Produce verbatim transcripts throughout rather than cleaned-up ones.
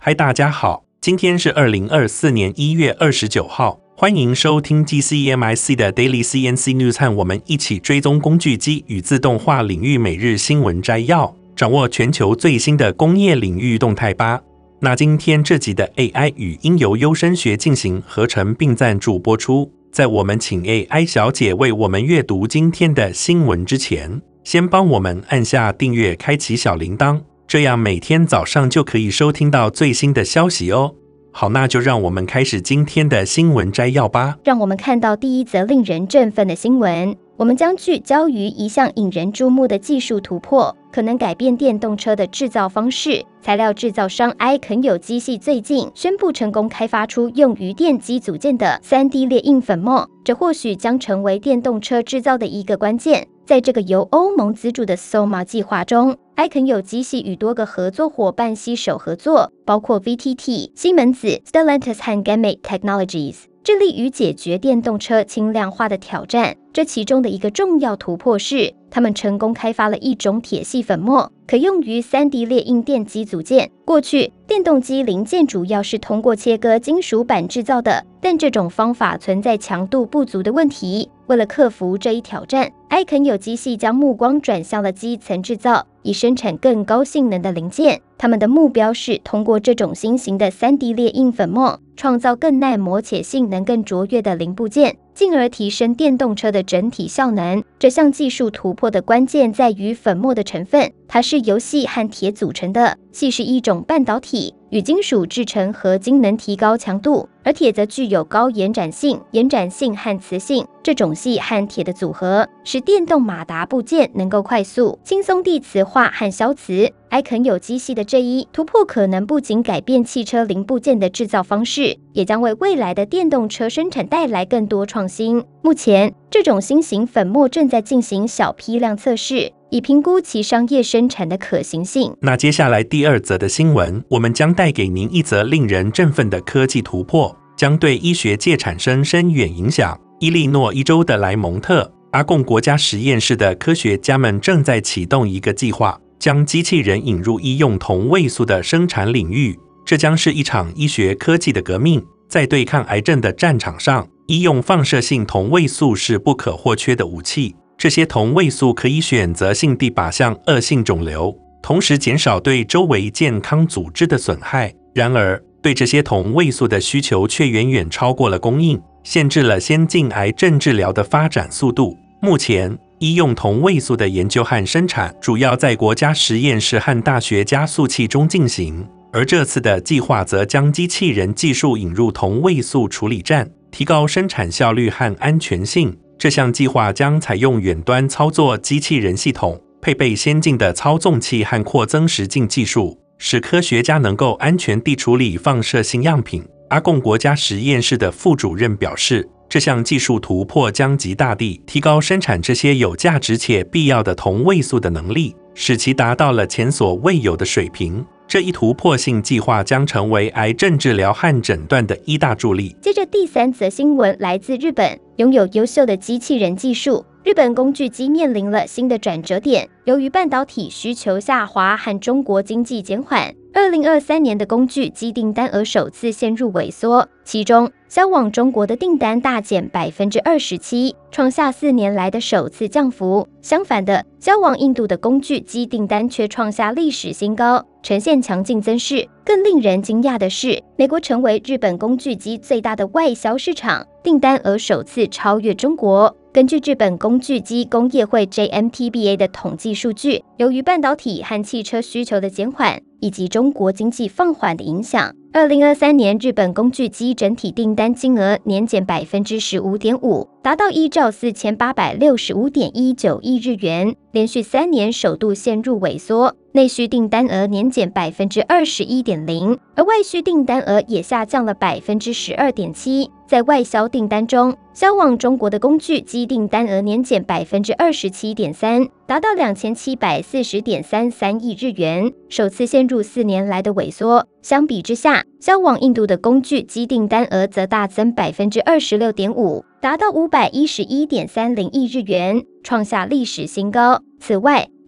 嗨，大家好，今天是二零二四年一月二十九号，欢迎收听 G C E M I C 的 Daily C N C News， 和我们一起追踪工具机与自动化领域每日新闻摘要，掌握全球最新的工业领域动态吧。那今天这集的 A I 语音由优声学进行合成并赞助播出。在我们请 A I 小姐为我们阅读今天的新闻之前，先帮我们按下订阅，开启小铃铛，这样每天早上就可以收听到最新的消息哦。好，那就让我们开始今天的新闻摘要吧。 让我们看到第一则令人振奋的新闻。我们将聚焦于一项引人注目的技术突破，可能改变电动车的制造方式。材料制造商埃肯有机系最近宣布成功开发出用于电机组件的 三 D 列印粉末，这或许将成为电动车制造的一个关键。在这个由欧盟资助的 S O M A 计划中，埃肯有机系与多个合作伙伴携手合作，包括 V T T、西门子、Stellantis 和 Gamate Technologies， 致力于解决电动车轻量化的挑战。这其中的一个重要突破是，他们成功开发了一种铁系粉末，可用于 三 D 列印电机组件。过去，电动机零件主要是通过切割金属板制造的，但这种方法存在强度不足的问题。为了克服这一挑战，埃肯有机系将目光转向了基层制造，以生产更高性能的零件。他们的目标是通过这种新型的 三 D 列印粉末，创造更耐磨且性能更卓越的零部件，进而提升电动车的整体效能。这项技术突破的关键在于粉末的成分，它是由锡和铁组成的。锡是一种半导体，与金属制成合金能提高强度，而铁则具有高延展性、延展性和磁性。这种锡和铁的组合，使电动马达部件能够快速、轻松地磁化和消磁。埃肯有机系的这一突破可能不仅改变汽车零部件的制造方式，也将为未来的电动车生产带来更多创新。目前，这种新型粉末正在进行小批量测试，以评估其商业生产的可行性。 那接下来第二则的新闻，我们将带给您一则令人振奋的科技突破，将对医学界产生深远影响。伊利诺伊州的莱蒙特阿贡国家实验室的科学家们正在启动一个计划，将机器人引入医用同位素的生产领域。这将是一场医学科技的革命。在对抗癌症的战场上，医用放射性同位素是不可或缺的武器。这些同位素可以选择性地靶向恶性肿瘤，同时减少对周围健康组织的损害。然而，对这些同位素的需求却远远超过了供应，限制了先进癌症治疗的发展速度。目前，医用同位素的研究和生产主要在国家实验室和大学加速器中进行，而这次的计划则将机器人技术引入同位素处理站，提高生产效率和安全性。这项计划将采用远端操作机器人系统，配备先进的操纵器和扩增实境技术，使科学家能够安全地处理放射性样品。阿贡国家实验室的副主任表示，这项技术突破将极大地提高生产这些有价值且必要的同位素的能力，使其达到了前所未有的水平。这一突破性计划将成为癌症治疗和诊断的一大助力。 接着第三则新闻来自日本，拥有优秀的机器人技术，日本工具机面临了新的转折点。由于半导体需求下滑和中国经济减缓，二零二三年的工具机订单额首次陷入萎缩，其中销往中国的订单大减 百分之二十七， 创下四年来的首次降幅。相反的，销往印度的工具机订单却创下历史新高，呈现强劲增势。更令人惊讶的是，美国成为日本工具机最大的外销市场，订单额首次超越中国。根据日本工具机工业会 J M T B A 的统计数据，由于半导体和汽车需求的减缓，以及中国经济放缓的影响，二零二三年日本工具机整体订单金额年减 百分之十五点五， 达到一兆四千八百六十五点一九亿日元，连续三年首度陷入萎缩。内需订单额年减 百分之二十一点零， 而外需订单额也下降了 百分之十二点七。在外销订单中，销往中国的工具机订单额年减 百分之二十七点三， 达到 两千七百四十点三三亿日元，首次陷入四年来的萎缩。相比之下，销往印度的工具机订单额则大增 百分之二十六点五， 达到 五百一十一点三零亿日元，创下历史新高。此外，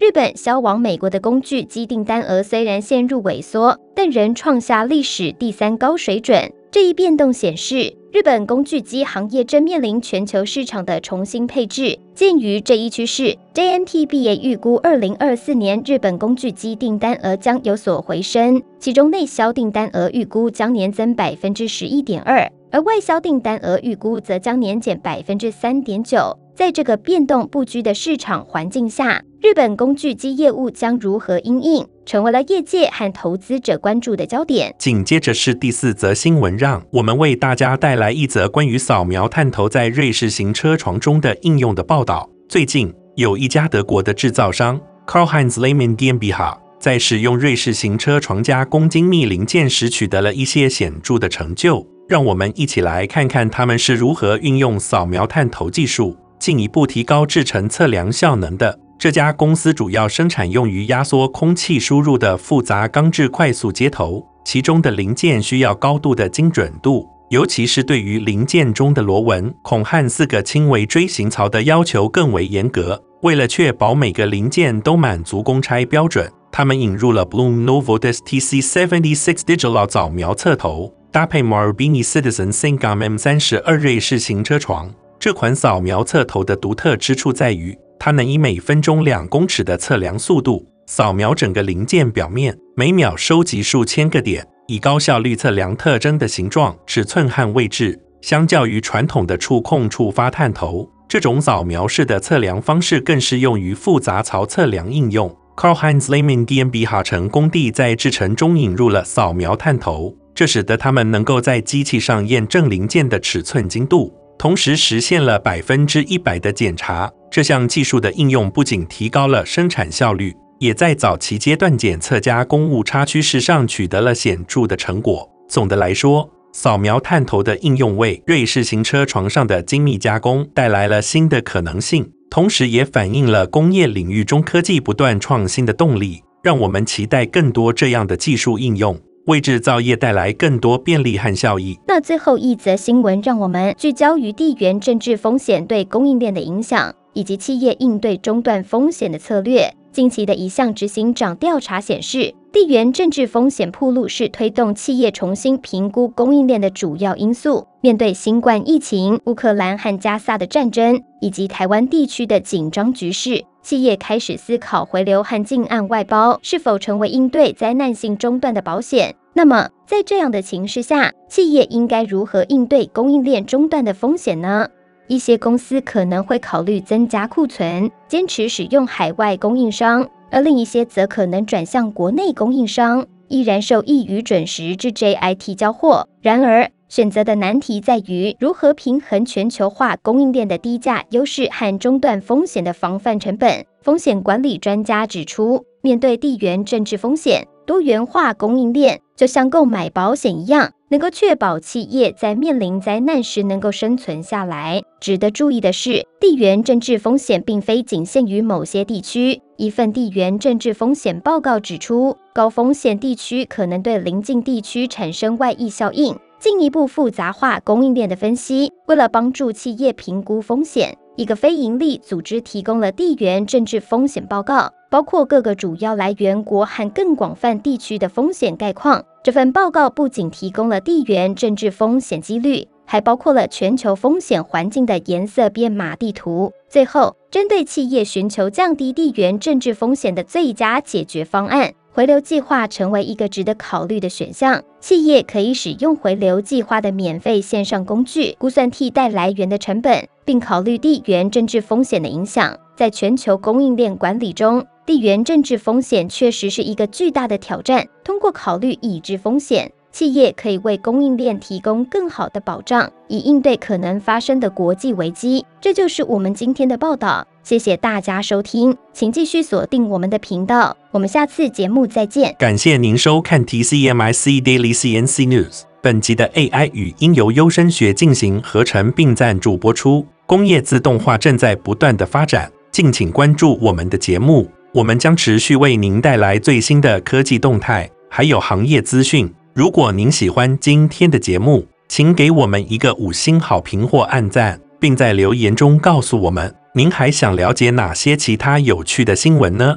日本销往美国的工具机订单额虽然陷入萎缩，但仍创下历史第三高水准。这一变动显示，日本工具机行业正面临全球市场的重新配置。鉴于这一趋势 ，J M T B 也预估二零二四年日本工具机订单额将有所回升，其中内销订单额预估将年增 百分之十一点二， 而外销订单额预估则将年减 百分之三点九。在这个变动不居的市场环境下，日本工具机业务将如何因应，成为了业界和投资者关注的焦点。 紧接着是第四则新闻，让我们为大家带来一则关于扫描探头在瑞士型车床中的应用的报道。最近，有一家德国的制造商 Karl-Heinz Lehmann GmbH 在使用瑞士型车床加工精密零件时取得了一些显著的成就。让我们一起来看看他们是如何运用扫描探头技术，进一步提高制程测量效能的。这家公司主要生产用于压缩空气输入的复杂钢制快速接头，其中的零件需要高度的精准度，尤其是对于零件中的螺纹、孔和四个轻微锥形槽的要求更为严格。为了确保每个零件都满足公差标准，他们引入了 Blum Novodis T C 七十六 Digital 扫描测头，搭配 Marubeni Citizen Syncom M 三十二 瑞士型车床。这款扫描测头的独特之处在于，它能以每分钟两公尺的测量速度，扫描整个零件表面，每秒收集数千个点，以高效率测量特征的形状、尺寸和位置。相较于传统的触控触发探头，这种扫描式的测量方式更适用于复杂槽测量应用。Karl-Heinz Lehmann GmbH 成功地在制程中引入了扫描探头，这使得他们能够在机器上验证零件的尺寸精度，同时实现了百分之一百的检查。这项技术的应用不仅提高了生产效率，也在早期阶段检测加工误差趋势上取得了显著的成果。总的来说，扫描探头的应用为瑞士型车床上的精密加工带来了新的可能性，同时也反映了工业领域中科技不断创新的动力。让我们期待更多这样的技术应用，为制造业带来更多便利和效益。 那最后一则新闻，让我们聚焦于地缘政治风险对供应链的影响，以及企业应对中断风险的策略。近期的一项执行长调查显示，地缘政治风险暴露是推动企业重新评估供应链的主要因素。面对新冠疫情、乌克兰和加萨的战争，以及台湾地区的紧张局势，企业开始思考回流和近岸外包是否成为应对灾难性中断的保险。那么，在这样的情势下，企业应该如何应对供应链中断的风险呢？一些公司可能会考虑增加库存，坚持使用海外供应商，而另一些则可能转向国内供应商，依然受益于准时至 J I T 交货。然而，选择的难题在于如何平衡全球化供应链的低价优势和中断风险的防范成本。风险管理专家指出，面对地缘政治风险，多元化供应链就像购买保险一样，能够确保企业在面临灾难时能够生存下来。值得注意的是，地缘政治风险并非仅限于某些地区。一份地缘政治风险报告指出，高风险地区可能对邻近地区产生外溢效应，进一步复杂化供应链的分析。为了帮助企业评估风险，一个非营利组织提供了地缘政治风险报告，包括各个主要来源国和更广泛地区的风险概况。这份报告不仅提供了地缘政治风险几率，还包括了全球风险环境的颜色编码地图。最后，针对企业寻求降低地缘政治风险的最佳解决方案，回流计划成为一个值得考虑的选项。企业可以使用回流计划的免费线上工具，估算替代来源的成本，并考虑地缘政治风险的影响。在全球供应链管理中，地缘政治风险确实是一个巨大的挑战。通过考虑已知风险，企业可以为供应链提供更好的保障，以应对可能发生的国际危机。这就是我们今天的报道，谢谢大家收听，请继续锁定我们的频道，我们下次节目再见。 感谢您收看 T C M I C Daily C N C News。本集的 A I 语音由优声学进行合成并赞助播出。工业自动化正在不断的发展，敬请关注我们的节目，我们将持续为您带来最新的科技动态，还有行业资讯。如果您喜欢今天的节目，请给我们一个五星好评或按赞，并在留言中告诉我们您还想了解哪些其他有趣的新闻呢？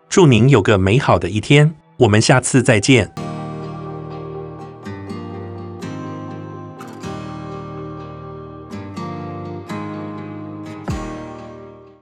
祝您有个美好的一天，我们下次再见。